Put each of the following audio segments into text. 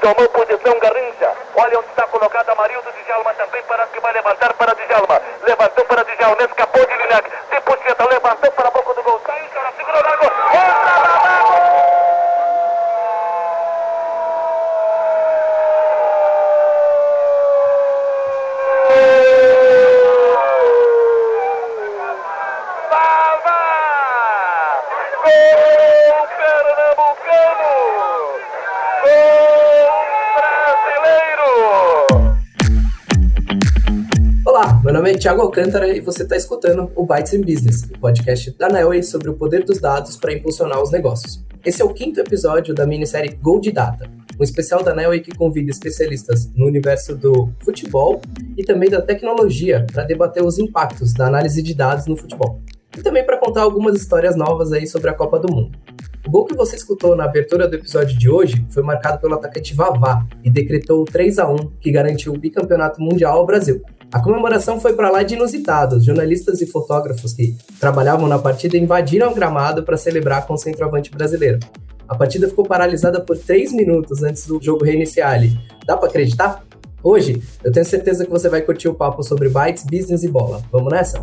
Tomou posição Garrincha. Olha onde está colocado Amarildo. Djalma também parece que vai levantar para Djalma. Levantou para Djalma, escapou de Linac. De puxeta, levantou para a boca do gol. Saiu, cara, segurou na gol. Olá, meu nome é Thiago Alcântara e você está escutando o Bytes in Business, o podcast da Neoway sobre o poder dos dados para impulsionar os negócios. Esse é o 5º episódio da minissérie Gold Data, um especial da Neoway que convida especialistas no universo do futebol e também da tecnologia para debater os impactos da análise de dados no futebol. E também para contar algumas histórias novas aí sobre a Copa do Mundo. O gol que você escutou na abertura do episódio de hoje foi marcado pelo atacante Vavá e decretou o 3-1, que garantiu o bicampeonato mundial ao Brasil. A comemoração foi para lá de inusitado. Os jornalistas e fotógrafos que trabalhavam na partida invadiram o gramado para celebrar com o centroavante brasileiro. A partida ficou paralisada por 3 minutos antes do jogo reiniciar ali. Dá para acreditar? Hoje, eu tenho certeza que você vai curtir o papo sobre bytes, business e bola. Vamos nessa?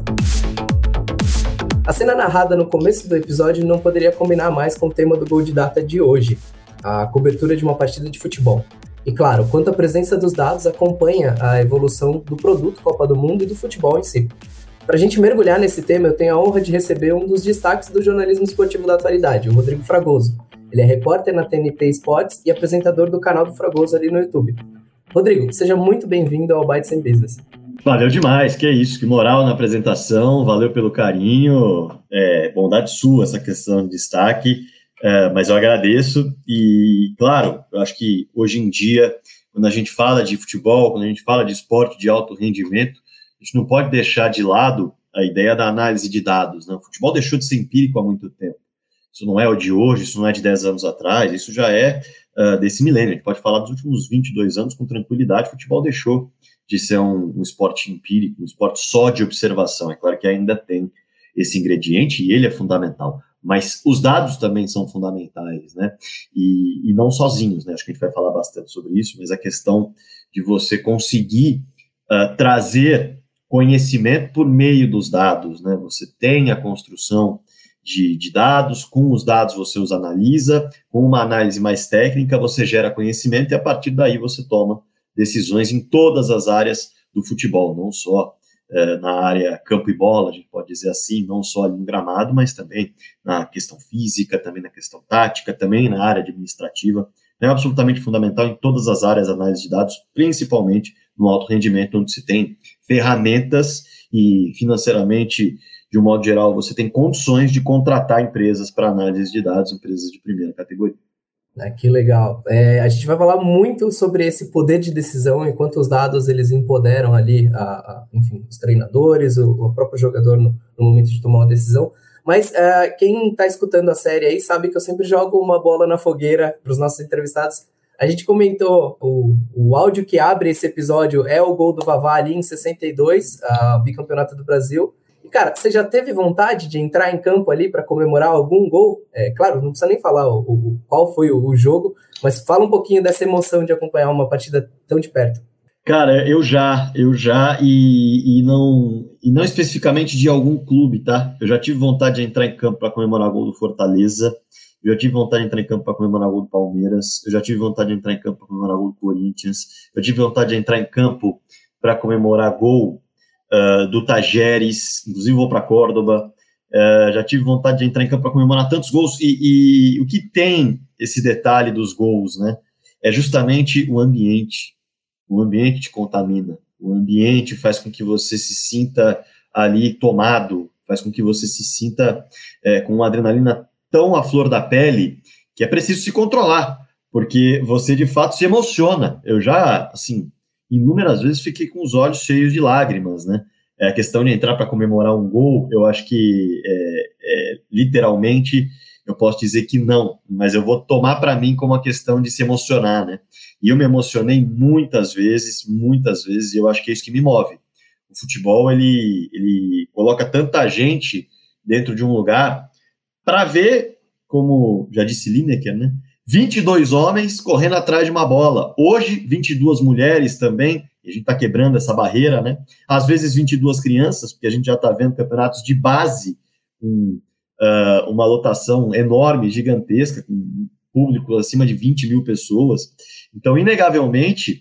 A cena narrada no começo do episódio não poderia combinar mais com o tema do Gold Data de hoje, a cobertura de uma partida de futebol. E claro, quanto a presença dos dados acompanha a evolução do produto Copa do Mundo e do futebol em si. Para a gente mergulhar nesse tema, eu tenho a honra de receber um dos destaques do jornalismo esportivo da atualidade, o Rodrigo Fragoso. Ele é repórter na TNT Sports e apresentador do canal do Fragoso ali no YouTube. Rodrigo, seja muito bem-vindo ao Bytes in Business. Valeu demais, que é isso, que moral na apresentação, valeu pelo carinho, bondade sua essa questão de destaque, mas eu agradeço e, claro, eu acho que hoje em dia, quando a gente fala de futebol, quando a gente fala de esporte de alto rendimento, a gente não pode deixar de lado a ideia da análise de dados, né? O futebol deixou de ser empírico há muito tempo, isso não é o de hoje, isso não é de 10 anos atrás, isso já é desse milênio, a gente pode falar dos últimos 22 anos com tranquilidade, o futebol deixou de ser um esporte empírico, um esporte só de observação. É claro que ainda tem esse ingrediente e ele é fundamental, mas os dados também são fundamentais, né? E não sozinhos, né? Acho que a gente vai falar bastante sobre isso, mas a questão de você conseguir trazer conhecimento por meio dos dados, né? Você tem a construção de dados, com os dados você os analisa, com uma análise mais técnica você gera conhecimento e a partir daí você toma decisões em todas as áreas do futebol, não só na área campo e bola, a gente pode dizer assim, não só ali no gramado, mas também na questão física, também na questão tática, também na área administrativa. É absolutamente fundamental em todas as áreas a análise de dados, principalmente no alto rendimento, onde se tem ferramentas e financeiramente, de um modo geral, você tem condições de contratar empresas para análise de dados, empresas de primeira categoria. Que legal. A gente vai falar muito sobre esse poder de decisão e quanto os dados eles empoderam ali, enfim, os treinadores, o próprio jogador no momento de tomar uma decisão. Mas quem está escutando a série aí sabe que eu sempre jogo uma bola na fogueira para os nossos entrevistados. A gente comentou, o áudio que abre esse episódio é o gol do Vavá ali em 62, bicampeonato do Brasil. E, cara, você já teve vontade de entrar em campo ali para comemorar algum gol? Claro, não precisa nem falar qual foi o jogo, mas fala um pouquinho dessa emoção de acompanhar uma partida tão de perto. Cara, eu já, e não especificamente de algum clube, tá? Eu já tive vontade de entrar em campo para comemorar o gol do Fortaleza, eu já tive vontade de entrar em campo para comemorar o gol do Palmeiras, eu já tive vontade de entrar em campo para comemorar o gol do Corinthians, eu tive vontade de entrar em campo para comemorar gol do Tajeres, inclusive vou para Córdoba, já tive vontade de entrar em campo para comemorar tantos gols, e o que tem esse detalhe dos gols, né, é justamente o ambiente te contamina, o ambiente faz com que você se sinta ali tomado, faz com que você se sinta com uma adrenalina tão à flor da pele, que é preciso se controlar, porque você de fato se emociona. Eu já, assim, inúmeras vezes fiquei com os olhos cheios de lágrimas, né? A questão de entrar para comemorar um gol, eu acho que literalmente eu posso dizer que não, mas eu vou tomar para mim como uma questão de se emocionar, né? E eu me emocionei muitas vezes, e eu acho que é isso que me move. O futebol, ele coloca tanta gente dentro de um lugar para ver, como já disse Lineker, né? 22 homens correndo atrás de uma bola. Hoje, 22 mulheres também, e a gente está quebrando essa barreira, né? Às vezes 22 crianças, porque a gente já está vendo campeonatos de base com uma lotação enorme, gigantesca, com público acima de 20 mil pessoas. Então, inegavelmente,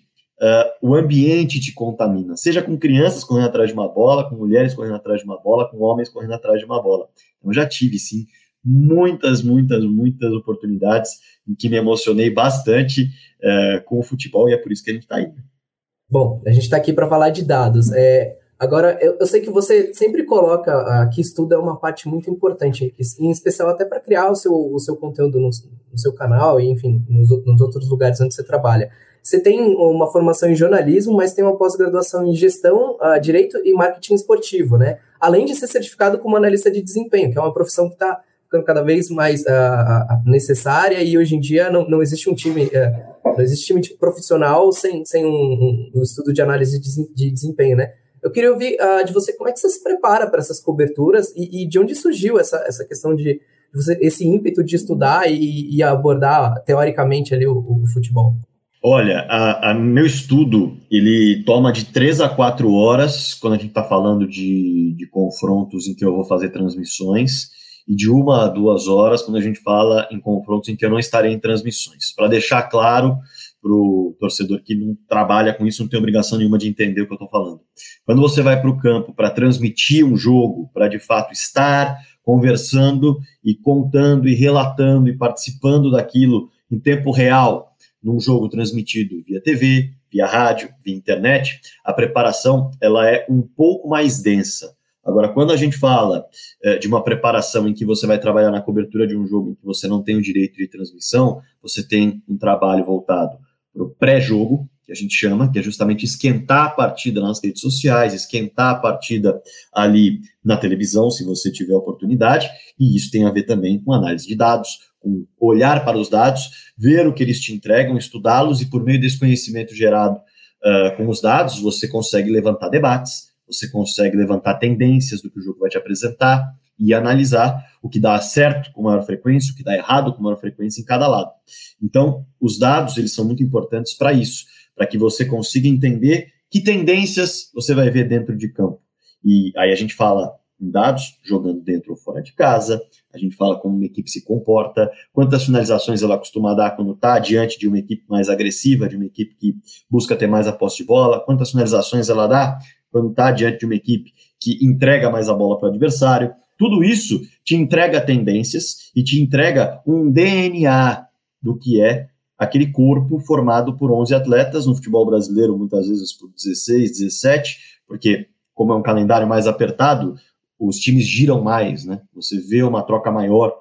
o ambiente te contamina, seja com crianças correndo atrás de uma bola, com mulheres correndo atrás de uma bola, com homens correndo atrás de uma bola. Então, eu já tive, sim, muitas oportunidades em que me emocionei bastante com o futebol, e é por isso que a gente está aí. Bom, a gente está aqui para falar de dados. Agora, eu sei que você sempre coloca que estudo é uma parte muito importante, em especial até para criar o seu conteúdo no seu canal e, enfim, nos outros lugares onde você trabalha. Você tem uma formação em jornalismo, mas tem uma pós-graduação em gestão, direito e marketing esportivo, né? Além de ser certificado como analista de desempenho, que é uma profissão que está ficando cada vez mais necessária, e hoje em dia não existe um time... não existe time profissional sem um estudo de análise de desempenho, né? Eu queria ouvir de você como é que você se prepara para essas coberturas e de onde surgiu essa questão de você, esse ímpeto de estudar e abordar teoricamente ali o futebol. Olha, meu estudo, ele toma de 3 a 4 horas, quando a gente está falando de confrontos em que eu vou fazer transmissões, e de 1 a 2 horas quando a gente fala em confrontos em que eu não estarei em transmissões. Para deixar claro para o torcedor que não trabalha com isso, não tem obrigação nenhuma de entender o que eu estou falando. Quando você vai para o campo para transmitir um jogo, para de fato estar conversando e contando e relatando e participando daquilo em tempo real, num jogo transmitido via TV, via rádio, via internet, a preparação ela é um pouco mais densa. Agora, quando a gente fala de uma preparação em que você vai trabalhar na cobertura de um jogo em que você não tem o direito de transmissão, você tem um trabalho voltado para o pré-jogo, que a gente chama, que é justamente esquentar a partida nas redes sociais, esquentar a partida ali na televisão, se você tiver oportunidade, e isso tem a ver também com análise de dados, com olhar para os dados, ver o que eles te entregam, estudá-los, e por meio desse conhecimento gerado com os dados, você consegue levantar debates, você consegue levantar tendências do que o jogo vai te apresentar e analisar o que dá certo com maior frequência, o que dá errado com maior frequência em cada lado. Então, os dados, eles são muito importantes para isso, para que você consiga entender que tendências você vai ver dentro de campo. E aí a gente fala em dados, jogando dentro ou fora de casa, a gente fala como uma equipe se comporta, quantas finalizações ela costuma dar quando está diante de uma equipe mais agressiva, de uma equipe que busca ter mais a posse de bola, quantas finalizações ela dá quando está diante de uma equipe que entrega mais a bola para o adversário. Tudo isso te entrega tendências e te entrega um DNA do que é aquele corpo formado por 11 atletas, no futebol brasileiro muitas vezes por 16, 17, porque como é um calendário mais apertado, os times giram mais, né? Você vê uma troca maior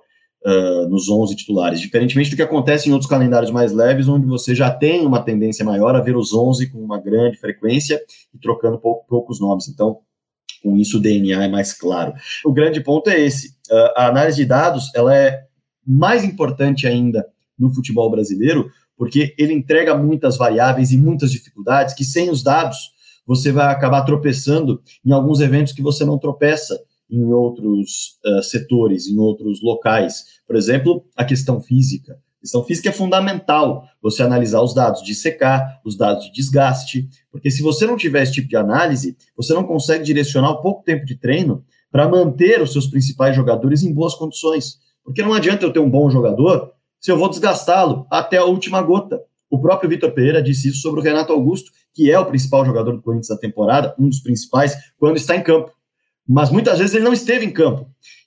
nos 11 titulares, diferentemente do que acontece em outros calendários mais leves, onde você já tem uma tendência maior a ver os 11 com uma grande frequência e trocando poucos nomes. Então, com isso o DNA é mais claro. O grande ponto é esse. A análise de dados ela é mais importante ainda no futebol brasileiro, porque ele entrega muitas variáveis e muitas dificuldades que sem os dados você vai acabar tropeçando em alguns eventos que você não tropeça em outros setores, em outros locais. Por exemplo, a questão física. A questão física é fundamental você analisar os dados de secar, os dados de desgaste, porque se você não tiver esse tipo de análise, você não consegue direcionar o pouco tempo de treino para manter os seus principais jogadores em boas condições. Porque não adianta eu ter um bom jogador se eu vou desgastá-lo até a última gota. O próprio Vitor Pereira disse isso sobre o Renato Augusto, que é o principal jogador do Corinthians da temporada, um dos principais, quando está em campo. Mas muitas vezes ele não esteve em campo.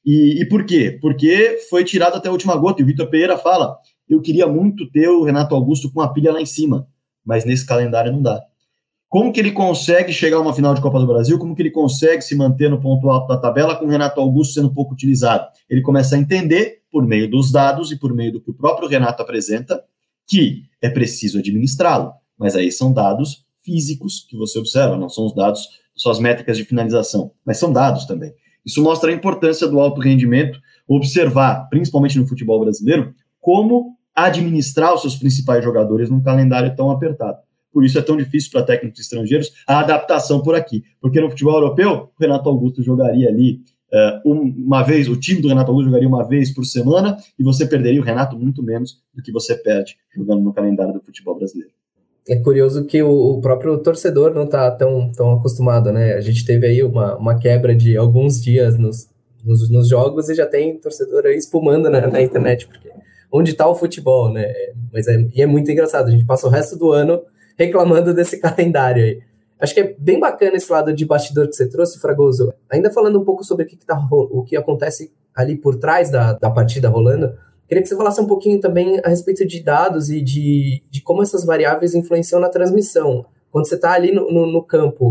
E por quê? Porque foi tirado até a última gota. E o Vitor Pereira fala, eu queria muito ter o Renato Augusto com a pilha lá em cima, mas nesse calendário não dá. Como que ele consegue chegar a uma final de Copa do Brasil? Como que ele consegue se manter no ponto alto da tabela com o Renato Augusto sendo pouco utilizado? Ele começa a entender, por meio dos dados e por meio do que o próprio Renato apresenta, que é preciso administrá-lo. Mas aí são dados físicos que você observa, não são os dados, são as métricas de finalização, mas são dados também. Isso mostra a importância do alto rendimento, observar, principalmente no futebol brasileiro, como administrar os seus principais jogadores num calendário tão apertado. Por isso é tão difícil para técnicos estrangeiros a adaptação por aqui, porque no futebol europeu, o Renato Augusto jogaria ali uma vez, o time do Renato Augusto jogaria uma vez por semana e você perderia o Renato muito menos do que você perde jogando no calendário do futebol brasileiro. É curioso que o próprio torcedor não está tão acostumado, né? A gente teve aí uma quebra de alguns dias nos jogos e já tem torcedor aí espumando na internet, porque onde está o futebol, né? Mas é muito engraçado, a gente passa o resto do ano reclamando desse calendário aí. Acho que é bem bacana esse lado de bastidor que você trouxe, Fragoso. Ainda falando um pouco sobre o que acontece ali por trás da partida rolando, queria que você falasse um pouquinho também a respeito de dados e de como essas variáveis influenciam na transmissão. Quando você está ali no campo,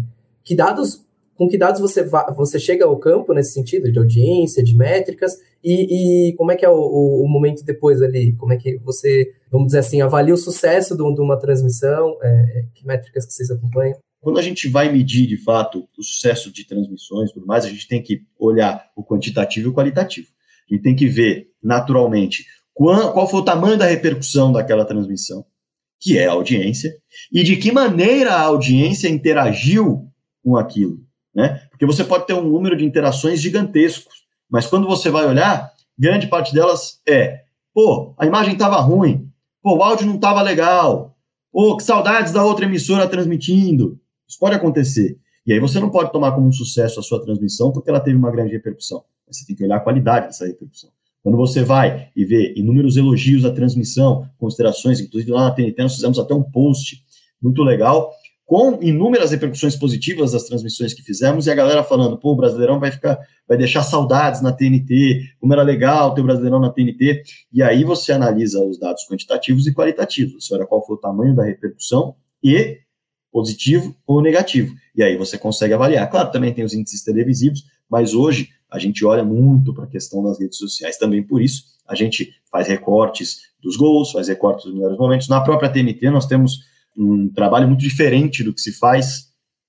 com que dados você chega ao campo nesse sentido, de audiência, de métricas, e como é que é o momento depois ali? Como é que você, vamos dizer assim, avalia o sucesso de uma transmissão? Que métricas que vocês acompanham? Quando a gente vai medir, de fato, o sucesso de transmissões e tudo mais, a gente tem que olhar o quantitativo e o qualitativo. A gente tem que ver, naturalmente, qual foi o tamanho da repercussão daquela transmissão, que é a audiência, e de que maneira a audiência interagiu com aquilo, né? Porque você pode ter um número de interações gigantescos, mas quando você vai olhar, grande parte delas a imagem estava ruim, o áudio não estava legal, que saudades da outra emissora transmitindo. Isso pode acontecer. E aí você não pode tomar como um sucesso a sua transmissão porque ela teve uma grande repercussão. Você tem que olhar a qualidade dessa repercussão. Quando você vai e vê inúmeros elogios à transmissão, considerações, inclusive lá na TNT nós fizemos até um post muito legal, com inúmeras repercussões positivas das transmissões que fizemos, e a galera falando, o Brasileirão vai deixar saudades na TNT, como era legal ter o Brasileirão na TNT, e aí você analisa os dados quantitativos e qualitativos, você olha qual foi o tamanho da repercussão, e positivo ou negativo, e aí você consegue avaliar. Claro, também tem os índices televisivos, mas hoje a gente olha muito para a questão das redes sociais, também por isso a gente faz recortes dos gols, faz recortes dos melhores momentos. Na própria TNT nós temos um trabalho muito diferente do que se faz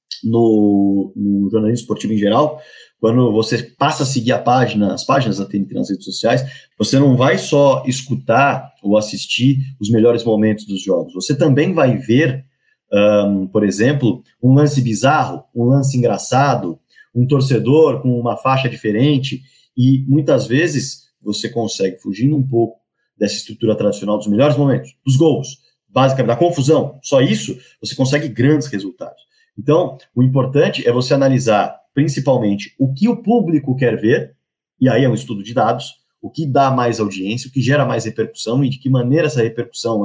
no jornalismo esportivo em geral. Quando você passa a seguir as páginas da TNT nas redes sociais, você não vai só escutar ou assistir os melhores momentos dos jogos, você também vai ver, por exemplo, um lance bizarro, um lance engraçado, um torcedor com uma faixa diferente, e muitas vezes você consegue, fugindo um pouco dessa estrutura tradicional dos melhores momentos, dos gols, basicamente da confusão, só isso, você consegue grandes resultados. Então, o importante é você analisar, principalmente, o que o público quer ver, e aí é um estudo de dados, o que dá mais audiência, o que gera mais repercussão, e de que maneira essa repercussão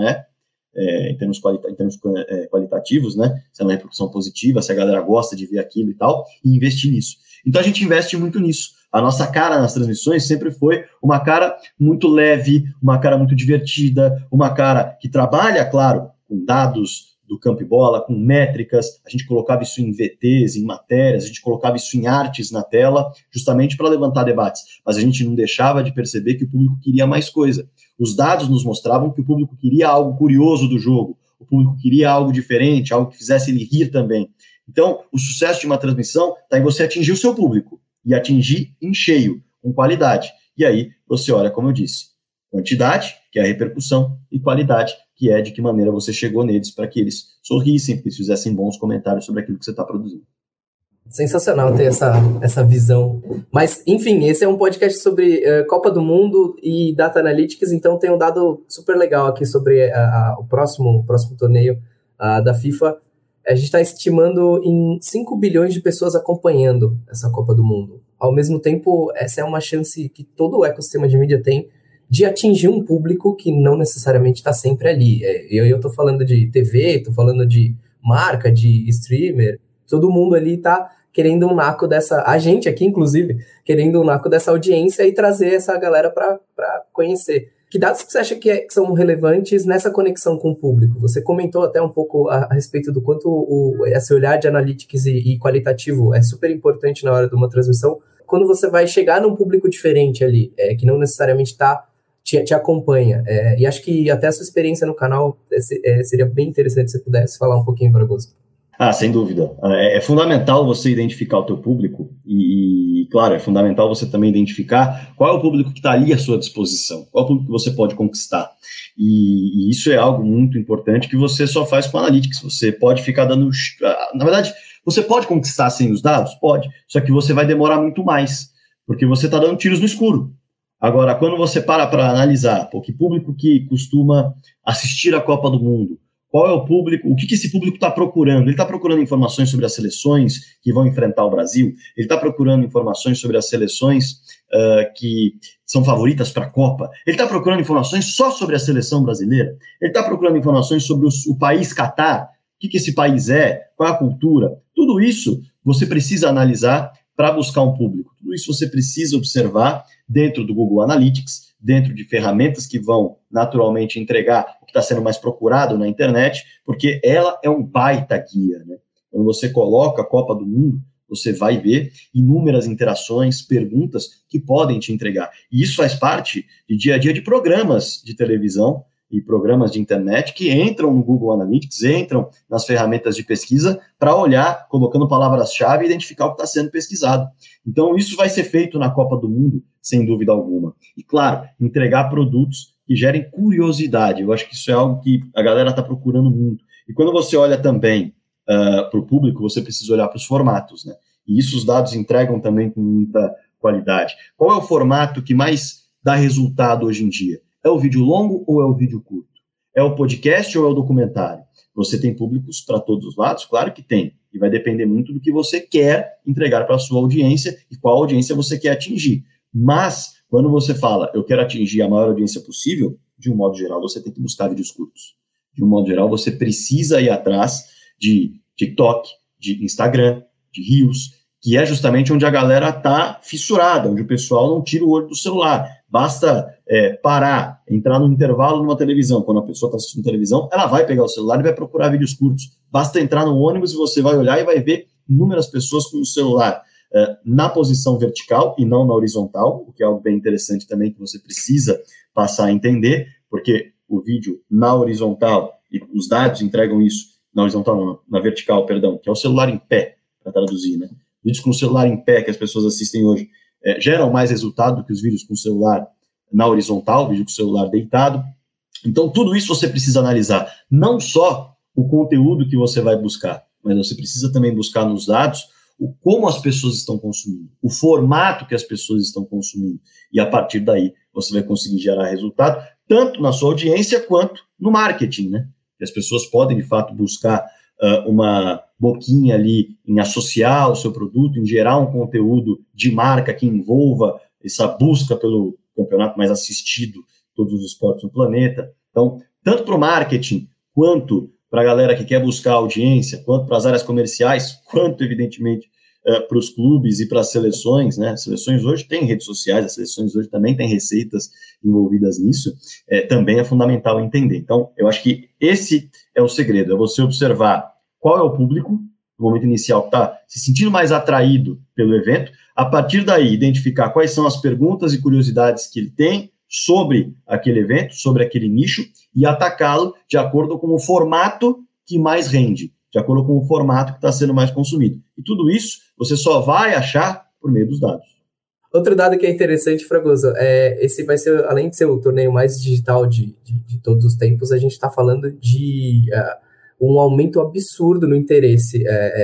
em termos qualitativos, né? Se é uma repercussão positiva, se a galera gosta de ver aquilo e tal, e investir nisso. Então a gente investe muito nisso. A nossa cara nas transmissões sempre foi uma cara muito leve, uma cara muito divertida, uma cara que trabalha, claro, com dados do campo e bola, com métricas, a gente colocava isso em VTs, em matérias, a gente colocava isso em artes na tela, justamente para levantar debates, mas a gente não deixava de perceber que o público queria mais coisa. Os dados nos mostravam que o público queria algo curioso do jogo, o público queria algo diferente, algo que fizesse ele rir também. Então, o sucesso de uma transmissão está em você atingir o seu público, e atingir em cheio, com qualidade. E aí, você olha, como eu disse, quantidade, que é a repercussão, e qualidade, que é de que maneira você chegou neles para que eles sorrissem, que eles fizessem bons comentários sobre aquilo que você está produzindo. Sensacional ter essa visão. Mas, enfim, esse é um podcast sobre Copa do Mundo e Data Analytics, então tem um dado super legal aqui sobre o próximo torneio da FIFA. A gente está estimando em 5 bilhões de pessoas acompanhando essa Copa do Mundo. Ao mesmo tempo, essa é uma chance que todo o ecossistema de mídia tem de atingir um público que não necessariamente está sempre ali. Eu estou falando de TV, estou falando de marca, de streamer, todo mundo ali está querendo um naco dessa... A gente aqui, inclusive, querendo um naco dessa audiência e trazer essa galera para conhecer. Que dados que você acha que são relevantes nessa conexão com o público? Você comentou até um pouco a respeito do quanto esse olhar de analytics e qualitativo é super importante na hora de uma transmissão. Quando você vai chegar num público diferente ali, que não necessariamente te acompanha. E acho que até a sua experiência no canal seria bem interessante se você pudesse falar um pouquinho, Fragoso. Sem dúvida. É fundamental você identificar o teu público e, claro, é fundamental você também identificar qual é o público que está ali à sua disposição, qual é o público que você pode conquistar. E isso é algo muito importante que você só faz com Analytics. Você pode ficar dando... Na verdade, Você pode conquistar sem os dados? Pode, só que você vai demorar muito mais, porque você está dando tiros no escuro. Agora, quando você para analisar, que público que costuma assistir a Copa do Mundo, qual é o público, o que esse público está procurando? Ele está procurando informações sobre as seleções que vão enfrentar o Brasil? Ele está procurando informações sobre as seleções que são favoritas para a Copa? Ele está procurando informações só sobre a seleção brasileira? Ele está procurando informações sobre o país Catar? O que esse país é? Qual é a cultura? Tudo isso você precisa analisar para buscar um público. Tudo isso você precisa observar dentro do Google Analytics, dentro de ferramentas que vão naturalmente entregar o que está sendo mais procurado na internet, porque ela é um baita guia, né? Quando você coloca a Copa do Mundo, você vai ver inúmeras interações, perguntas que podem te entregar. E isso faz parte de dia a dia de programas de televisão e programas de internet que entram no Google Analytics, entram nas ferramentas de pesquisa para olhar, colocando palavras-chave e identificar o que está sendo pesquisado. Então, isso vai ser feito na Copa do Mundo, sem dúvida alguma. E, claro, entregar produtos que gerem curiosidade. Eu acho que isso é algo que a galera está procurando muito. E quando você olha também para o público, você precisa olhar para os formatos, né? E isso os dados entregam também com muita qualidade. Qual é o formato que mais dá resultado hoje em dia? É o vídeo longo ou é o vídeo curto? É o podcast ou é o documentário? Você tem públicos para todos os lados? Claro que tem. E vai depender muito do que você quer entregar para a sua audiência e qual audiência você quer atingir. Mas, quando você fala, eu quero atingir a maior audiência possível, de um modo geral, você tem que buscar vídeos curtos. De um modo geral, você precisa ir atrás de TikTok, de Instagram, de Reels, que é justamente onde a galera está fissurada, onde o pessoal não tira o olho do celular. Basta parar, entrar no intervalo numa televisão. Quando a pessoa está assistindo televisão, ela vai pegar o celular e vai procurar vídeos curtos. Basta entrar no ônibus e você vai olhar e vai ver inúmeras pessoas com o celular na posição vertical e não na horizontal, o que é algo bem interessante também que você precisa passar a entender, porque o vídeo na horizontal, e os dados entregam isso, na horizontal não, na vertical, perdão, que é o celular em pé, para traduzir, né? Vídeos com o celular em pé que as pessoas assistem hoje geram mais resultado do que os vídeos com o celular na horizontal, vídeo com o celular deitado. Então, tudo isso você precisa analisar. Não só o conteúdo que você vai buscar, mas você precisa também buscar nos dados como as pessoas estão consumindo, o formato que as pessoas estão consumindo. E, a partir daí, você vai conseguir gerar resultado, tanto na sua audiência quanto no marketing, né? Que as pessoas podem, de fato, buscar uma boquinha ali em associar o seu produto, em gerar um conteúdo de marca que envolva essa busca pelo campeonato mais assistido, todos os esportes no planeta. Então, tanto para o marketing, quanto para a galera que quer buscar audiência, quanto para as áreas comerciais, quanto, evidentemente, para os clubes e para as seleções, né? As seleções hoje têm redes sociais, as seleções hoje também têm receitas envolvidas nisso, também é fundamental entender. Então, eu acho que esse é o segredo, é você observar qual é o público, no momento inicial, que está se sentindo mais atraído pelo evento, a partir daí, identificar quais são as perguntas e curiosidades que ele tem sobre aquele evento, sobre aquele nicho, e atacá-lo de acordo com o formato que mais rende, de acordo com o formato que está sendo mais consumido. E tudo isso você só vai achar por meio dos dados. Outro dado que é interessante, Fragoso, esse vai ser, além de ser o torneio mais digital de todos os tempos, a gente está falando de um aumento absurdo no interesse.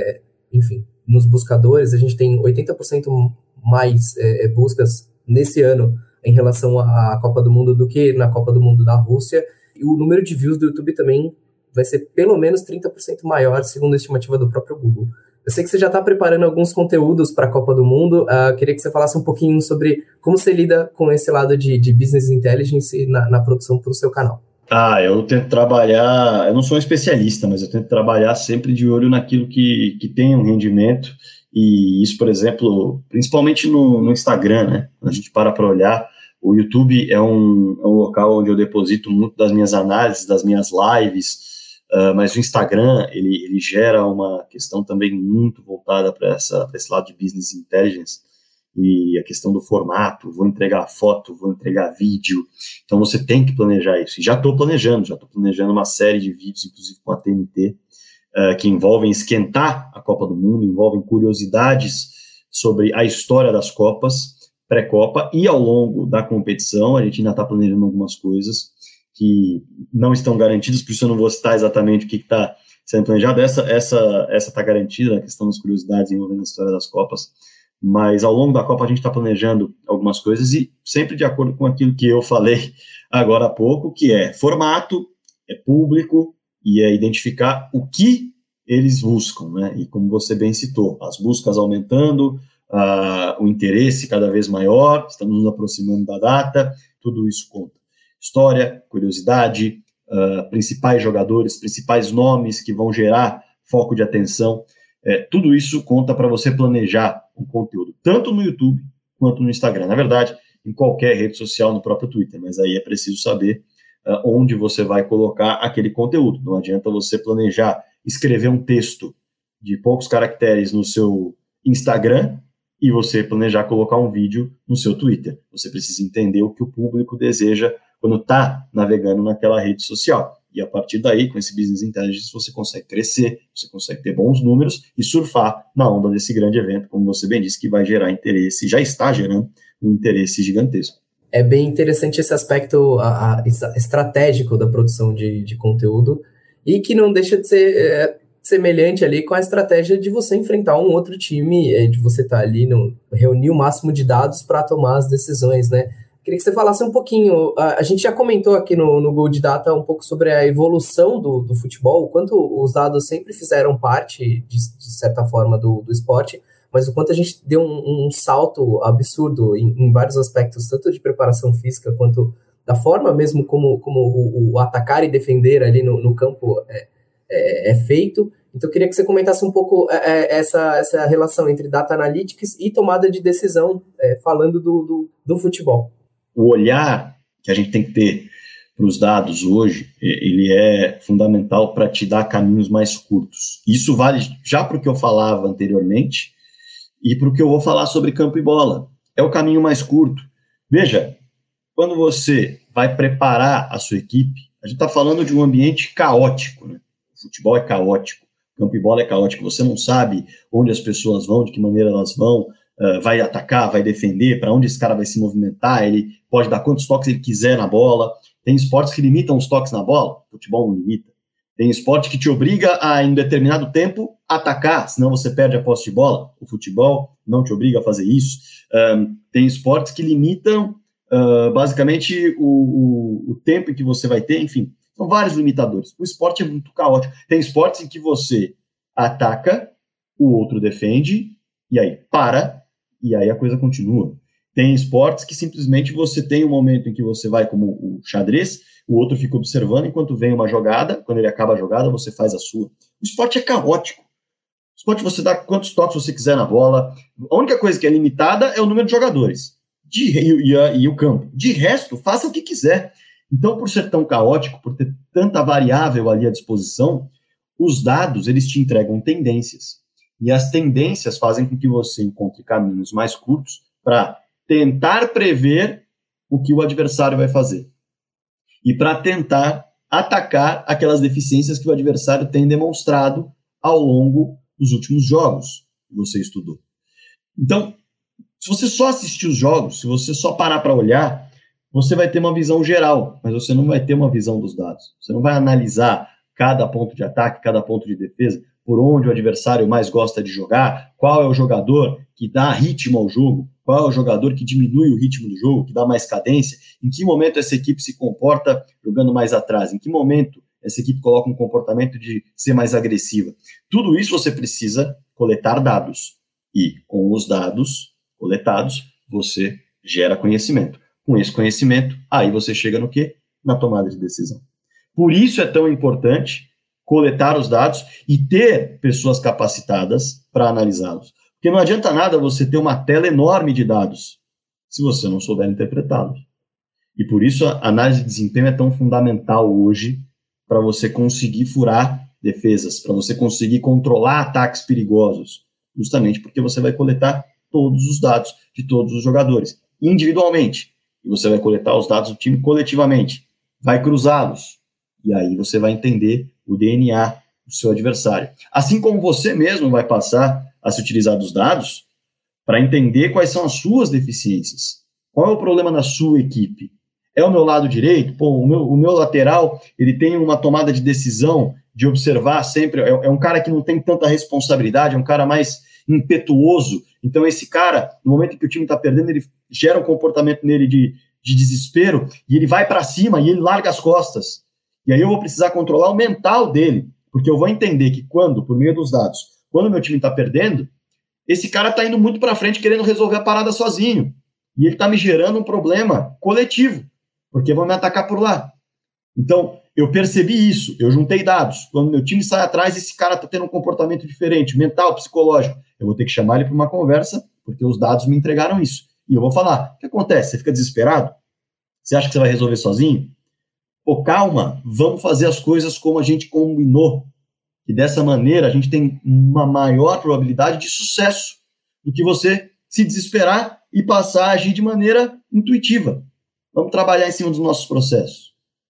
Enfim, nos buscadores, a gente tem 80% mais buscas nesse ano em relação à Copa do Mundo do que na Copa do Mundo da Rússia. E o número de views do YouTube também vai ser pelo menos 30% maior, segundo a estimativa do próprio Google. Eu sei que você já está preparando alguns conteúdos para a Copa do Mundo. Queria que você falasse um pouquinho sobre como você lida com esse lado de Business Intelligence na produção para o seu canal. Eu tento trabalhar, eu não sou um especialista, mas eu tento trabalhar sempre de olho naquilo que tem um rendimento, e isso, por exemplo, principalmente no Instagram, né? Quando a gente para olhar, o YouTube é um local onde eu deposito muito das minhas análises, das minhas lives, mas o Instagram, ele gera uma questão também muito voltada para esse lado de Business Intelligence, e a questão do formato, vou entregar foto, vou entregar vídeo, então você tem que planejar isso, e já estou planejando uma série de vídeos, inclusive com a TNT, que envolvem esquentar a Copa do Mundo, envolvem curiosidades sobre a história das Copas, pré-Copa, e ao longo da competição, a gente ainda está planejando algumas coisas que não estão garantidas, por isso eu não vou citar exatamente o que está sendo planejado. Essa está garantida, a questão das curiosidades envolvendo a história das Copas, mas ao longo da Copa a gente está planejando algumas coisas e sempre de acordo com aquilo que eu falei agora há pouco, que é formato, é público e é identificar o que eles buscam, né? E como você bem citou, as buscas aumentando, o interesse cada vez maior, estamos nos aproximando da data, tudo isso conta. História, curiosidade, principais jogadores, principais nomes que vão gerar foco de atenção, tudo isso conta para você planejar o conteúdo, tanto no YouTube quanto no Instagram. Na verdade, em qualquer rede social, no próprio Twitter, mas aí é preciso saber onde você vai colocar aquele conteúdo. Não adianta você planejar escrever um texto de poucos caracteres no seu Instagram e você planejar colocar um vídeo no seu Twitter. Você precisa entender o que o público deseja quando está navegando naquela rede social. E a partir daí, com esse Business Intelligence, você consegue crescer, você consegue ter bons números e surfar na onda desse grande evento, como você bem disse, que vai gerar interesse, já está gerando um interesse gigantesco. É bem interessante esse aspecto estratégico da produção de conteúdo e que não deixa de ser semelhante ali com a estratégia de você enfrentar um outro time, de você estar ali, reunir o máximo de dados para tomar as decisões, né? Queria que você falasse um pouquinho, a gente já comentou aqui no Gold Data um pouco sobre a evolução do futebol, o quanto os dados sempre fizeram parte, de certa forma, do esporte, mas o quanto a gente deu um salto absurdo em vários aspectos, tanto de preparação física quanto da forma mesmo como o atacar e defender ali no campo é feito. Então, eu queria que você comentasse um pouco essa relação entre Data Analytics e tomada de decisão, falando do futebol. O olhar que a gente tem que ter para os dados hoje, ele é fundamental para te dar caminhos mais curtos. Isso vale já para o que eu falava anteriormente e para o que eu vou falar sobre campo e bola. É o caminho mais curto. Veja, quando você vai preparar a sua equipe, a gente está falando de um ambiente caótico, né? O futebol é caótico, campo e bola é caótico, você não sabe onde as pessoas vão, de que maneira elas vão, vai atacar, vai defender, para onde esse cara vai se movimentar, ele pode dar quantos toques ele quiser na bola. Tem esportes que limitam os toques na bola, o futebol não limita. Tem esporte que te obriga a, em determinado tempo, atacar, senão você perde a posse de bola. O futebol não te obriga a fazer isso. Tem esportes que limitam, basicamente, o tempo em que você vai ter, enfim. São vários limitadores. O esporte é muito caótico. Tem esportes em que você ataca, o outro defende, e aí para, e aí a coisa continua. Tem esportes que simplesmente você tem um momento em que você vai, como o xadrez, o outro fica observando enquanto vem uma jogada, quando ele acaba a jogada, você faz a sua. O esporte é caótico. O esporte você dá quantos toques você quiser na bola. A única coisa que é limitada é o número de jogadores e o campo. De resto, faça o que quiser. Então, por ser tão caótico, por ter tanta variável ali à disposição, os dados, eles te entregam tendências. E as tendências fazem com que você encontre caminhos mais curtos para tentar prever o que o adversário vai fazer. E para tentar atacar aquelas deficiências que o adversário tem demonstrado ao longo dos últimos jogos que você estudou. Então, se você só assistir os jogos, se você só parar para olhar, você vai ter uma visão geral, mas você não vai ter uma visão dos dados. Você não vai analisar cada ponto de ataque, cada ponto de defesa, por onde o adversário mais gosta de jogar, qual é o jogador que dá ritmo ao jogo, qual é o jogador que diminui o ritmo do jogo, que dá mais cadência, em que momento essa equipe se comporta jogando mais atrás, em que momento essa equipe coloca um comportamento de ser mais agressiva. Tudo isso você precisa coletar dados. E com os dados coletados, você gera conhecimento. Com esse conhecimento, aí você chega no quê? Na tomada de decisão. Por isso é tão importante coletar os dados e ter pessoas capacitadas para analisá-los. Porque não adianta nada você ter uma tela enorme de dados se você não souber interpretá-los. E por isso a análise de desempenho é tão fundamental hoje para você conseguir furar defesas, para você conseguir controlar ataques perigosos, justamente porque você vai coletar todos os dados de todos os jogadores, individualmente. E você vai coletar os dados do time coletivamente, vai cruzá-los, e aí você vai entender o DNA do seu adversário. Assim como você mesmo vai passar a se utilizar dos dados para entender quais são as suas deficiências. Qual é o problema na sua equipe? É o meu lado direito? Pô, o meu lateral, ele tem uma tomada de decisão de observar sempre, é um cara que não tem tanta responsabilidade, é um cara mais impetuoso. Então esse cara, no momento em que o time está perdendo, ele gera um comportamento nele de desespero, e ele vai para cima e ele larga as costas. E aí eu vou precisar controlar o mental dele, porque eu vou entender que por meio dos dados, quando o meu time está perdendo, esse cara está indo muito para frente querendo resolver a parada sozinho. E ele está me gerando um problema coletivo, porque vão me atacar por lá. Então, eu percebi isso, eu juntei dados. Quando meu time sai atrás, esse cara está tendo um comportamento diferente, mental, psicológico. Eu vou ter que chamar ele para uma conversa, porque os dados me entregaram isso. E eu vou falar, o que acontece? Você fica desesperado? Você acha que você vai resolver sozinho? Pô, calma, vamos fazer as coisas como a gente combinou. E dessa maneira, a gente tem uma maior probabilidade de sucesso do que você se desesperar e passar a agir de maneira intuitiva. Vamos trabalhar em cima dos nossos processos.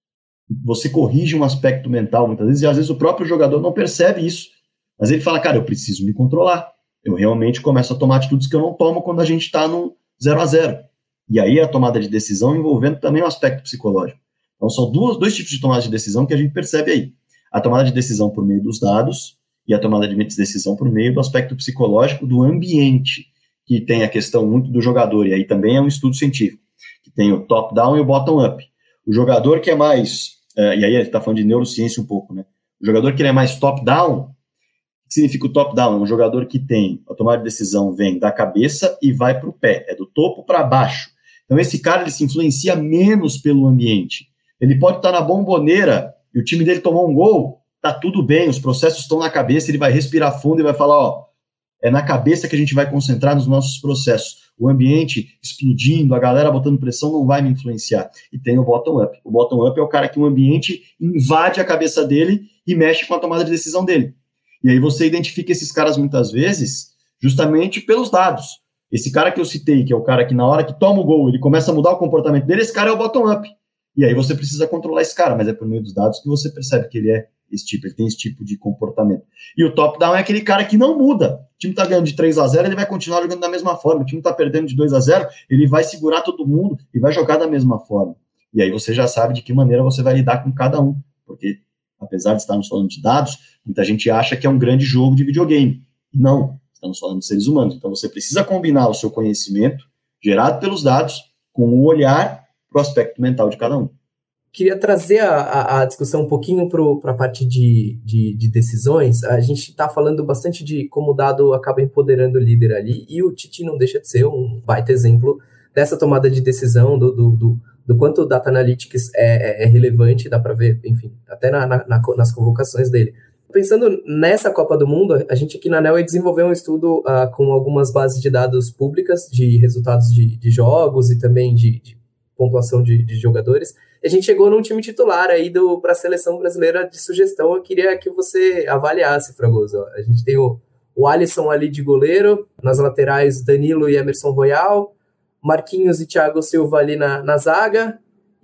Você corrige um aspecto mental, muitas vezes, e às vezes o próprio jogador não percebe isso. Mas ele fala, cara, eu preciso me controlar. Eu realmente começo a tomar atitudes que eu não tomo quando a gente está no 0-0. E aí a tomada de decisão envolvendo também o aspecto psicológico. Então são dois tipos de tomada de decisão que a gente percebe aí. A tomada de decisão por meio dos dados e a tomada de decisão por meio do aspecto psicológico do ambiente, que tem a questão muito do jogador, e aí também é um estudo científico, que tem o top-down e o bottom-up. O jogador que é mais, e aí ele está falando de neurociência um pouco, né? O jogador que é mais top-down, o que significa o top-down? É um jogador que tem, a tomada de decisão vem da cabeça e vai para o pé, é do topo para baixo. Então esse cara, ele se influencia menos pelo ambiente. Ele pode estar na bomboneira e o time dele tomou um gol, tá tudo bem, os processos estão na cabeça, ele vai respirar fundo e vai falar, ó, é na cabeça que a gente vai concentrar nos nossos processos. O ambiente explodindo, a galera botando pressão não vai me influenciar. E tem o bottom-up. O bottom-up é o cara que o ambiente invade a cabeça dele e mexe com a tomada de decisão dele. E aí você identifica esses caras muitas vezes justamente pelos dados. Esse cara que eu citei, que é o cara que na hora que toma o gol, ele começa a mudar o comportamento dele, esse cara é o bottom-up. E aí você precisa controlar esse cara, mas é por meio dos dados que você percebe que ele é esse tipo, ele tem esse tipo de comportamento. E o top-down é aquele cara que não muda. O time tá ganhando de 3-0, ele vai continuar jogando da mesma forma. O time tá perdendo de 2-0, ele vai segurar todo mundo e vai jogar da mesma forma. E aí você já sabe de que maneira você vai lidar com cada um. Porque, apesar de estarmos falando de dados, muita gente acha que é um grande jogo de videogame. E não, estamos falando de seres humanos. Então você precisa combinar o seu conhecimento, gerado pelos dados, com o olhar para o aspecto mental de cada um. Queria trazer a discussão um pouquinho para a parte de decisões. A gente está falando bastante de como o dado acaba empoderando o líder ali, e o Tite não deixa de ser um baita exemplo dessa tomada de decisão, do quanto o Data Analytics é relevante, dá para ver, enfim, até nas convocações dele. Pensando nessa Copa do Mundo, a gente aqui na Nelway desenvolveu um estudo com algumas bases de dados públicas, de resultados de jogos e também de pontuação de jogadores. A gente chegou num time titular aí para a seleção brasileira de sugestão. Eu queria que você avaliasse, Fragoso. A gente tem o Alisson ali de goleiro, nas laterais Danilo e Emerson Royal, Marquinhos e Thiago Silva ali na zaga,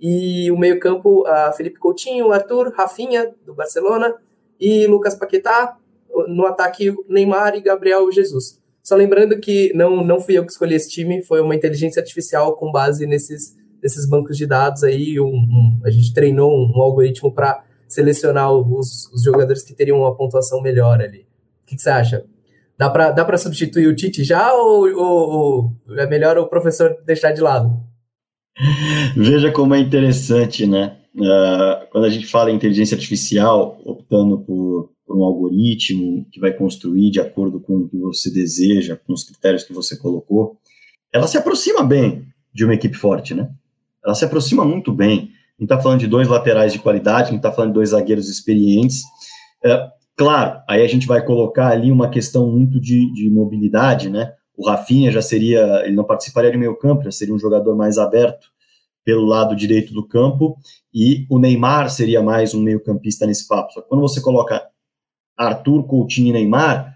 e o meio-campo, Felipe Coutinho, Arthur, Rafinha, do Barcelona, e Lucas Paquetá. No ataque, Neymar e Gabriel Jesus. Só lembrando que não fui eu que escolhi esse time, foi uma inteligência artificial com base nesses bancos de dados aí. A gente treinou um algoritmo para selecionar os jogadores que teriam uma pontuação melhor ali. O que você acha? Dá para substituir o Tite já, ou é melhor o professor deixar de lado? Veja como é interessante, né? Quando a gente fala em inteligência artificial, optando por um algoritmo que vai construir de acordo com o que você deseja, com os critérios que você colocou, ela se aproxima bem de uma equipe forte, né? Ela se aproxima muito bem. A gente está falando de 2 laterais de qualidade, a gente está falando de 2 zagueiros experientes. Claro, aí a gente vai colocar ali uma questão muito de mobilidade, né? O Rafinha já seria, ele não participaria do meio campo, já seria um jogador mais aberto pelo lado direito do campo, e o Neymar seria mais um meio campista nesse papo. Só que quando você coloca Arthur, Coutinho e Neymar,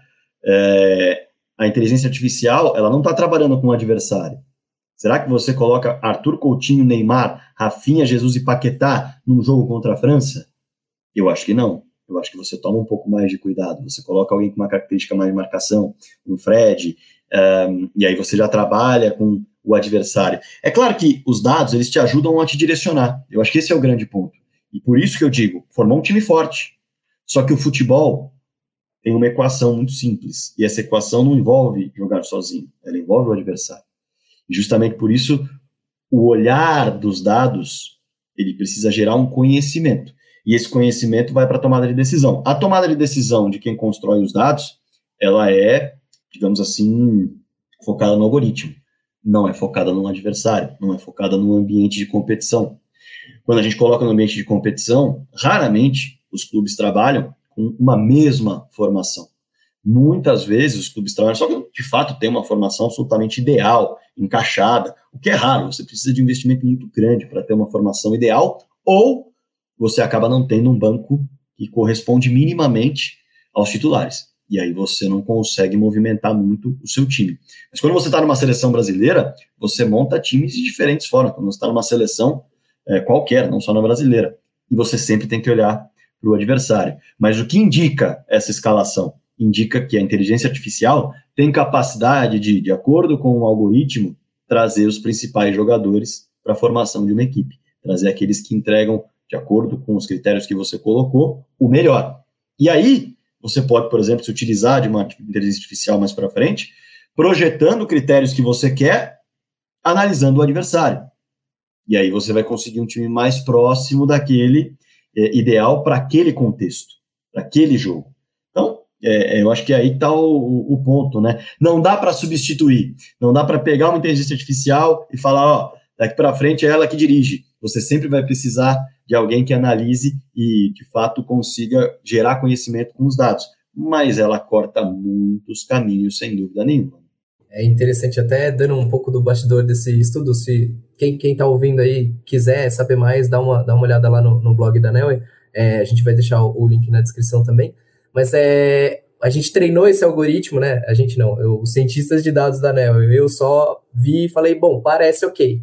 a inteligência artificial, ela não está trabalhando com o adversário. Será que você coloca Arthur, Coutinho, Neymar, Rafinha, Jesus e Paquetá num jogo contra a França? Eu acho que não. Eu acho que você toma um pouco mais de cuidado. Você coloca alguém com uma característica mais de marcação, um Fred, e aí você já trabalha com o adversário. É claro que os dados, eles te ajudam a te direcionar. Eu acho que esse é o grande ponto. E por isso que eu digo, formar um time forte. Só que o futebol tem uma equação muito simples, e essa equação não envolve jogar sozinho, ela envolve o adversário. E justamente por isso, o olhar dos dados, ele precisa gerar um conhecimento, e esse conhecimento vai para a tomada de decisão. A tomada de decisão de quem constrói os dados, ela é, digamos assim, focada no algoritmo, não é focada no adversário, não é focada no ambiente de competição. Quando a gente coloca no ambiente de competição, raramente os clubes trabalham com uma mesma formação. Muitas vezes os clubes trabalham, só que de fato tem uma formação absolutamente ideal, encaixada, o que é raro, você precisa de um investimento muito grande para ter uma formação ideal, ou você acaba não tendo um banco que corresponde minimamente aos titulares. E aí você não consegue movimentar muito o seu time. Mas quando você está numa seleção brasileira, você monta times de diferentes formas. Quando você está numa seleção qualquer, não só na brasileira. E você sempre tem que olhar para o adversário. Mas o que indica essa escalação? Indica que a inteligência artificial tem capacidade de acordo com o algoritmo, trazer os principais jogadores para a formação de uma equipe. Trazer aqueles que entregam, de acordo com os critérios que você colocou, o melhor. E aí, você pode, por exemplo, se utilizar de uma inteligência artificial mais para frente, projetando critérios que você quer, analisando o adversário. E aí você vai conseguir um time mais próximo daquele ideal para aquele contexto, para aquele jogo. Então, eu acho que aí está o ponto, né? Não dá para substituir, não dá para pegar uma inteligência artificial e falar, ó, daqui para frente é ela que dirige. Você sempre vai precisar de alguém que analise e, de fato, consiga gerar conhecimento com os dados. Mas ela corta muitos caminhos, sem dúvida nenhuma. É interessante, até dando um pouco do bastidor desse estudo, se quem está ouvindo aí quiser saber mais, dá uma olhada lá no blog da Neoway, a gente vai deixar o link na descrição também, mas a gente treinou esse algoritmo, né? A gente não, os cientistas de dados da Neoway, eu só vi e falei, bom, parece ok.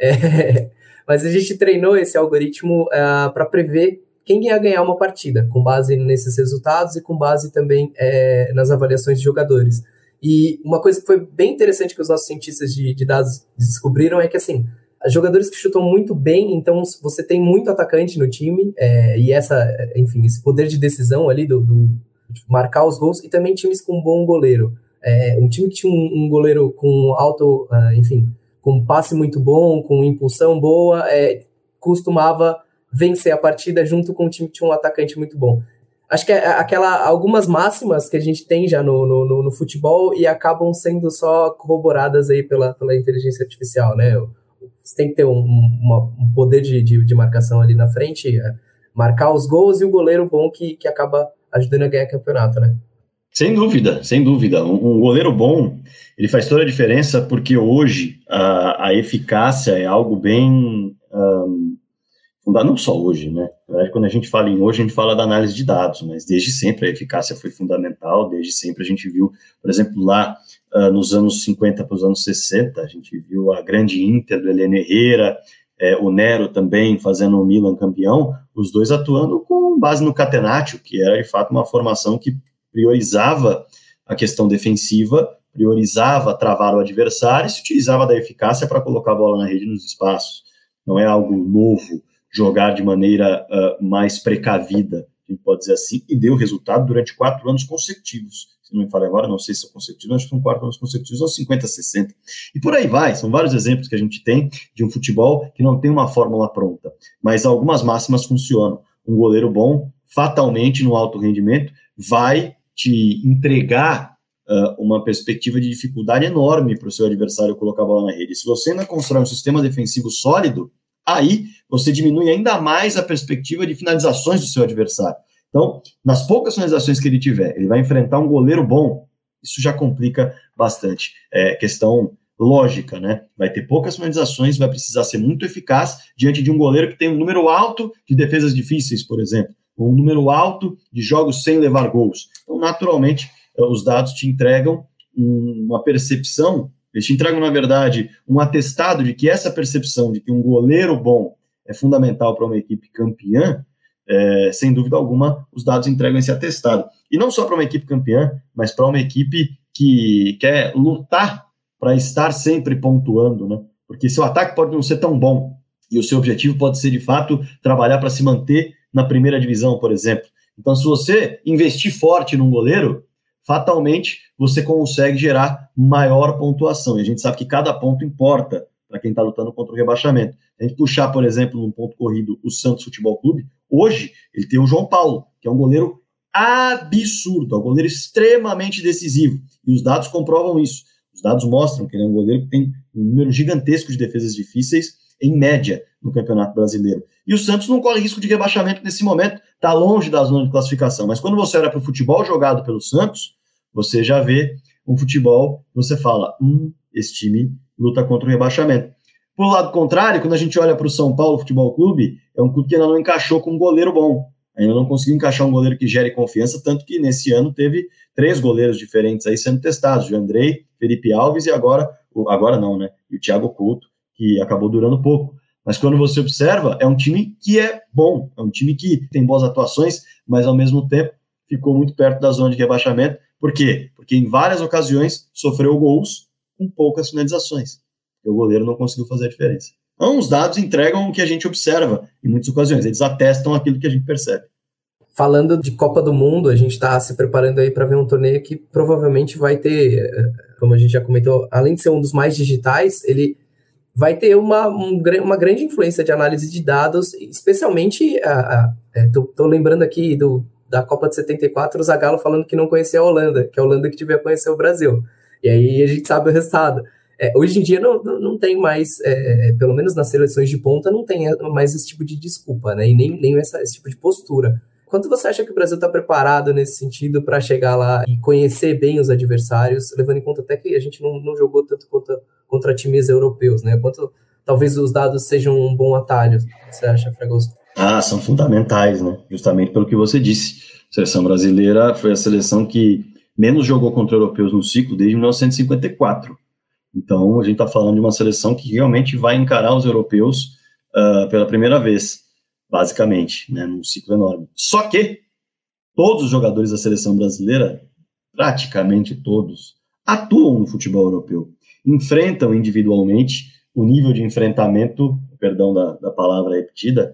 Mas a gente treinou esse algoritmo para prever quem ia ganhar uma partida, com base nesses resultados e com base também nas avaliações de jogadores. E uma coisa que foi bem interessante que os nossos cientistas de dados descobriram é que, assim, jogadores que chutam muito bem, então você tem muito atacante no time, e esse poder de decisão ali de marcar os gols, e também times com um bom goleiro. Um time que tinha um goleiro com alto, com passe muito bom, com impulsão boa, costumava vencer a partida junto com um time que tinha um atacante muito bom. Acho que algumas máximas que a gente tem já no futebol e acabam sendo só corroboradas aí pela inteligência artificial, né? Você tem que ter um poder de marcação ali na frente, marcar os gols, e o goleiro bom que acaba ajudando a ganhar campeonato, né? Sem dúvida, sem dúvida. Um goleiro bom, ele faz toda a diferença, porque hoje a eficácia é algo bem fundado, não só hoje, né? Quando a gente fala em hoje, a gente fala da análise de dados, mas desde sempre a eficácia foi fundamental, desde sempre a gente viu, por exemplo, lá nos anos 50 para os anos 60, a gente viu a grande Inter do Heleno Herrera, o Nero também fazendo o Milan campeão, os dois atuando com base no catenaccio, que era de fato uma formação que priorizava a questão defensiva, priorizava travar o adversário e se utilizava da eficácia para colocar a bola na rede nos espaços. Não é algo novo jogar de maneira mais precavida, a gente pode dizer assim, e deu resultado durante 4 anos consecutivos. Se não me falo agora, não sei se são consecutivos, acho que são 4 anos consecutivos, ou 50, 60. E por aí vai, são vários exemplos que a gente tem de um futebol que não tem uma fórmula pronta, mas algumas máximas funcionam. Um goleiro bom, fatalmente, no alto rendimento, vai te entregar uma perspectiva de dificuldade enorme para o seu adversário colocar a bola na rede. Se você ainda constrói um sistema defensivo sólido, aí você diminui ainda mais a perspectiva de finalizações do seu adversário. Então, nas poucas finalizações que ele tiver, ele vai enfrentar um goleiro bom, isso já complica bastante. É questão lógica, né? Vai ter poucas finalizações, vai precisar ser muito eficaz diante de um goleiro que tem um número alto de defesas difíceis, por exemplo, ou um número alto de jogos sem levar gols. Então, naturalmente, os dados te entregam uma percepção, eles te entregam, na verdade, um atestado de que essa percepção de que um goleiro bom é fundamental para uma equipe campeã, sem dúvida alguma, os dados entregam esse atestado. E não só para uma equipe campeã, mas para uma equipe que quer lutar para estar sempre pontuando, né? Porque seu ataque pode não ser tão bom, e o seu objetivo pode ser, de fato, trabalhar para se manter na primeira divisão, por exemplo. Então, se você investir forte num goleiro, fatalmente você consegue gerar maior pontuação. E a gente sabe que cada ponto importa para quem está lutando contra o rebaixamento. Se a gente puxar, por exemplo, num ponto corrido, o Santos Futebol Clube, hoje ele tem o João Paulo, que é um goleiro absurdo, é um goleiro extremamente decisivo. E os dados comprovam isso. Os dados mostram que ele é um goleiro que tem um número gigantesco de defesas difíceis, em média, no Campeonato Brasileiro. E o Santos não corre risco de rebaixamento nesse momento, está longe da zona de classificação. Mas quando você olha para o futebol jogado pelo Santos, você já vê um futebol, você fala, esse time luta contra o rebaixamento. Por lado contrário, quando a gente olha para o São Paulo Futebol Clube, é um clube que ainda não encaixou com um goleiro bom. Ainda não conseguiu encaixar um goleiro que gere confiança, tanto que nesse ano teve 3 goleiros diferentes aí sendo testados, o Andrei, Felipe Alves e agora não, né? E o Thiago Couto, que acabou durando pouco. Mas quando você observa, é um time que é bom, é um time que tem boas atuações, mas ao mesmo tempo ficou muito perto da zona de rebaixamento. Por quê? Porque em várias ocasiões sofreu gols com poucas finalizações. O goleiro não conseguiu fazer a diferença. Então, os dados entregam o que a gente observa em muitas ocasiões, eles atestam aquilo que a gente percebe. Falando de Copa do Mundo, a gente está se preparando aí para ver um torneio que provavelmente vai ter, como a gente já comentou, além de ser um dos mais digitais, ele vai ter uma grande influência de análise de dados, especialmente, tô lembrando aqui da Copa de 74, o Zagallo falando que não conhecia a Holanda, que é a Holanda que devia conhecer o Brasil. E aí a gente sabe o resultado. Hoje em dia não tem mais, pelo menos nas seleções de ponta, não tem mais esse tipo de desculpa, né? E nem esse tipo de postura. Quanto você acha que o Brasil está preparado nesse sentido para chegar lá e conhecer bem os adversários, levando em conta até que a gente não jogou tanto contra times europeus, né? Quanto talvez os dados sejam um bom atalho, você acha, Fragoso? São fundamentais, né? Justamente pelo que você disse. A seleção brasileira foi a seleção que menos jogou contra europeus no ciclo desde 1954. Então, a gente está falando de uma seleção que realmente vai encarar os europeus pela primeira vez, basicamente, né, num ciclo enorme. Só que todos os jogadores da seleção brasileira, praticamente todos, atuam no futebol europeu, enfrentam individualmente o nível de enfrentamento, perdão da palavra repetida,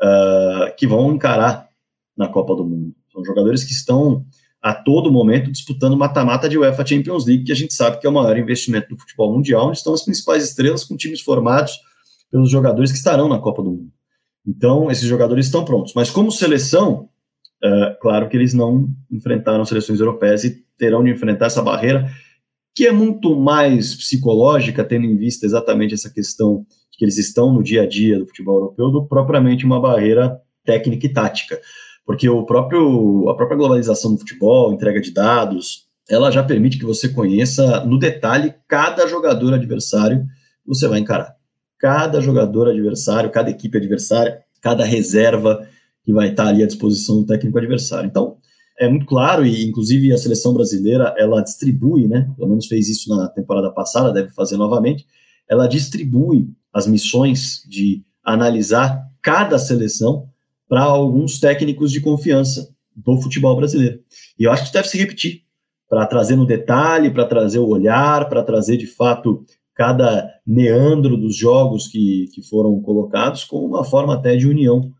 que vão encarar na Copa do Mundo. São jogadores que estão a todo momento disputando mata-mata de UEFA Champions League, que a gente sabe que é o maior investimento do futebol mundial, onde estão as principais estrelas com times formados pelos jogadores que estarão na Copa do Mundo. Então, esses jogadores estão prontos. Mas como seleção, claro que eles não enfrentaram seleções europeias e terão de enfrentar essa barreira, que é muito mais psicológica, tendo em vista exatamente essa questão de que eles estão no dia a dia do futebol europeu, do que propriamente uma barreira técnica e tática. Porque a própria globalização do futebol, entrega de dados, ela já permite que você conheça no detalhe cada jogador adversário que você vai encarar. Cada jogador adversário, cada equipe adversária, cada reserva que vai estar ali à disposição do técnico adversário. Então, é muito claro, e inclusive a seleção brasileira, ela distribui, né, pelo menos fez isso na temporada passada, deve fazer novamente, ela distribui as missões de analisar cada seleção para alguns técnicos de confiança do futebol brasileiro. E eu acho que isso deve se repetir, para trazer no detalhe, para trazer o olhar, para trazer, de fato, cada meandro dos jogos que foram colocados, com uma forma até de união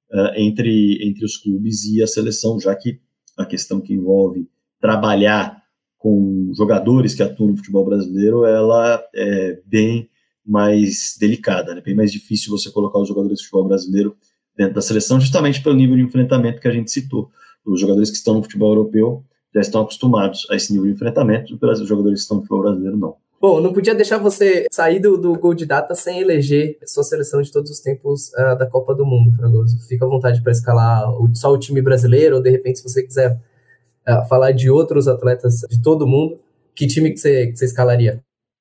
entre os clubes e a seleção, já que a questão que envolve trabalhar com jogadores que atuam no futebol brasileiro, ela é bem mais delicada, né? Bem mais difícil você colocar os jogadores de futebol brasileiro dentro da seleção, justamente pelo nível de enfrentamento que a gente citou. Os jogadores que estão no futebol europeu já estão acostumados a esse nível de enfrentamento, os jogadores que estão no futebol brasileiro não. Bom, não podia deixar você sair do Gol de Data sem eleger sua seleção de todos os tempos da Copa do Mundo, Fragoso. Fica à vontade para escalar só o time brasileiro, ou de repente, se você quiser falar de outros atletas de todo mundo, que time que você escalaria?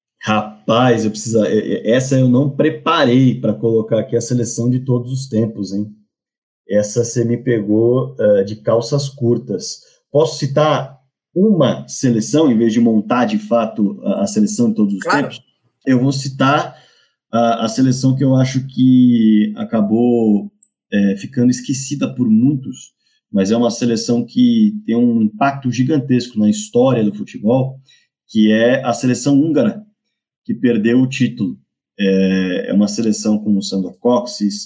Rapaz, essa eu não preparei para colocar aqui a seleção de todos os tempos, hein? Essa você me pegou de calças curtas. Posso citar uma seleção, em vez de montar de fato a seleção de todos os tempos? Eu vou citar a seleção que eu acho que acabou ficando esquecida por muitos, mas é uma seleção que tem um impacto gigantesco na história do futebol, que é a seleção húngara, que perdeu o título. É uma seleção com o Sandor Kocsis,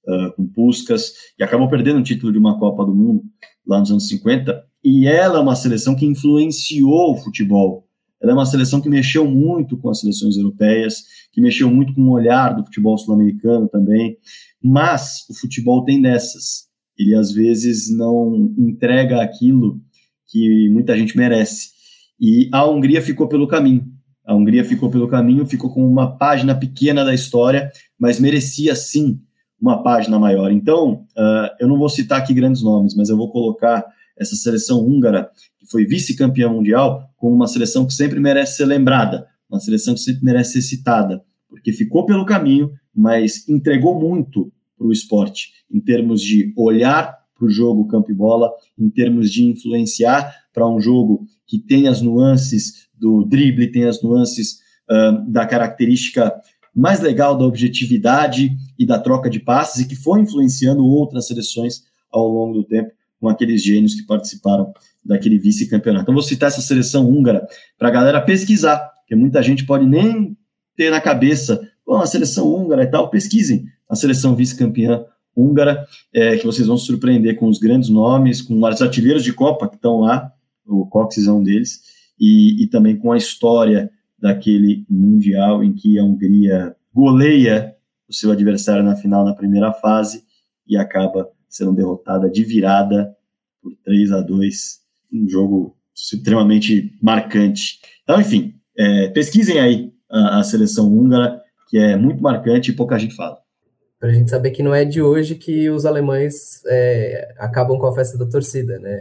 com Puskás, e acabou perdendo o título de uma Copa do Mundo lá nos anos 50, e ela é uma seleção que influenciou o futebol. Ela é uma seleção que mexeu muito com as seleções europeias, que mexeu muito com o olhar do futebol sul-americano também, mas o futebol tem dessas. Ele, às vezes, não entrega aquilo que muita gente merece. E a Hungria ficou pelo caminho. A Hungria ficou pelo caminho, ficou com uma página pequena da história, mas merecia, sim, uma página maior. Então, eu não vou citar aqui grandes nomes, mas eu vou colocar essa seleção húngara, que foi vice-campeã mundial, como uma seleção que sempre merece ser lembrada, uma seleção que sempre merece ser citada, porque ficou pelo caminho, mas entregou muito para o esporte, em termos de olhar para o jogo campo e bola, em termos de influenciar para um jogo que tem as nuances do drible, tem as nuances da característica mais legal da objetividade e da troca de passes, e que foi influenciando outras seleções ao longo do tempo, com aqueles gênios que participaram daquele vice-campeonato. Então, vou citar essa seleção húngara para a galera pesquisar, porque muita gente pode nem ter na cabeça, a seleção húngara e tal, pesquisem a seleção vice-campeã húngara, que vocês vão se surpreender com os grandes nomes, com os artilheiros de Copa que estão lá, o Coxes é um deles, e também com a história daquele Mundial em que a Hungria goleia o seu adversário na final, na primeira fase, e acaba sendo derrotada de virada por 3-2, um jogo extremamente marcante. Então, enfim, pesquisem aí a seleção húngara, que é muito marcante e pouca gente fala. Pra gente saber que não é de hoje que os alemães acabam com a festa da torcida, né?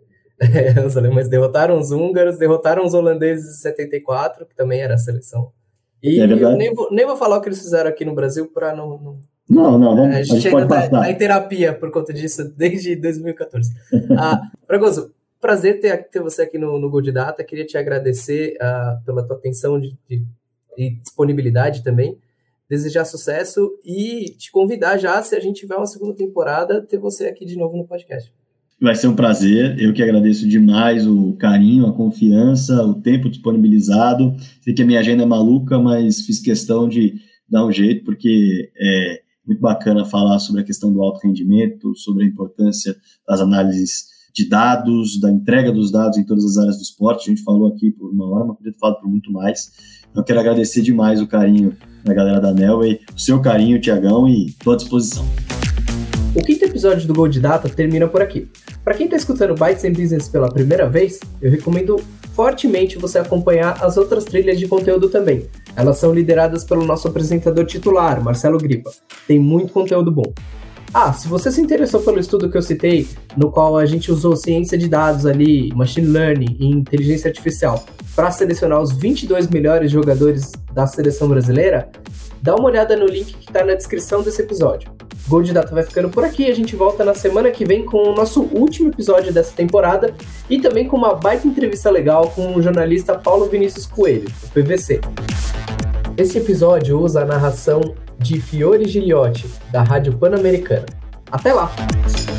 Os alemães derrotaram os húngaros, derrotaram os holandeses em 74, que também era a seleção. E eu nem vou falar o que eles fizeram aqui no Brasil para não. Não, a gente ainda tá em terapia por conta disso desde 2014. Fragoso, prazer ter você aqui no Gol de Data. Queria te agradecer pela tua atenção e disponibilidade também. Desejar sucesso e te convidar já, se a gente tiver uma segunda temporada, ter você aqui de novo no podcast. Vai ser um prazer, eu que agradeço demais o carinho, a confiança, o tempo disponibilizado. Sei que a minha agenda é maluca, mas fiz questão de dar um jeito, porque é muito bacana falar sobre a questão do alto rendimento, sobre a importância das análises de dados, da entrega dos dados em todas as áreas do esporte. A gente falou aqui por uma hora, mas podia ter falado por muito mais. Eu quero agradecer demais o carinho da galera da Nelway, o seu carinho, Tiagão, e estou à disposição. O quinto episódio do Gol de Data termina por aqui. Para quem está escutando Bytes and Business pela primeira vez, eu recomendo fortemente você acompanhar as outras trilhas de conteúdo também. Elas são lideradas pelo nosso apresentador titular, Marcelo Gripa. Tem muito conteúdo bom. Se você se interessou pelo estudo que eu citei, no qual a gente usou ciência de dados ali, machine learning e inteligência artificial para selecionar os 22 melhores jogadores da seleção brasileira, dá uma olhada no link que está na descrição desse episódio. Gol de Data vai ficando por aqui, a gente volta na semana que vem com o nosso último episódio dessa temporada e também com uma baita entrevista legal com o jornalista Paulo Vinícius Coelho, do PVC. Esse episódio usa a narração de Fiore Gigliotti, da Rádio Pan-Americana. Até lá!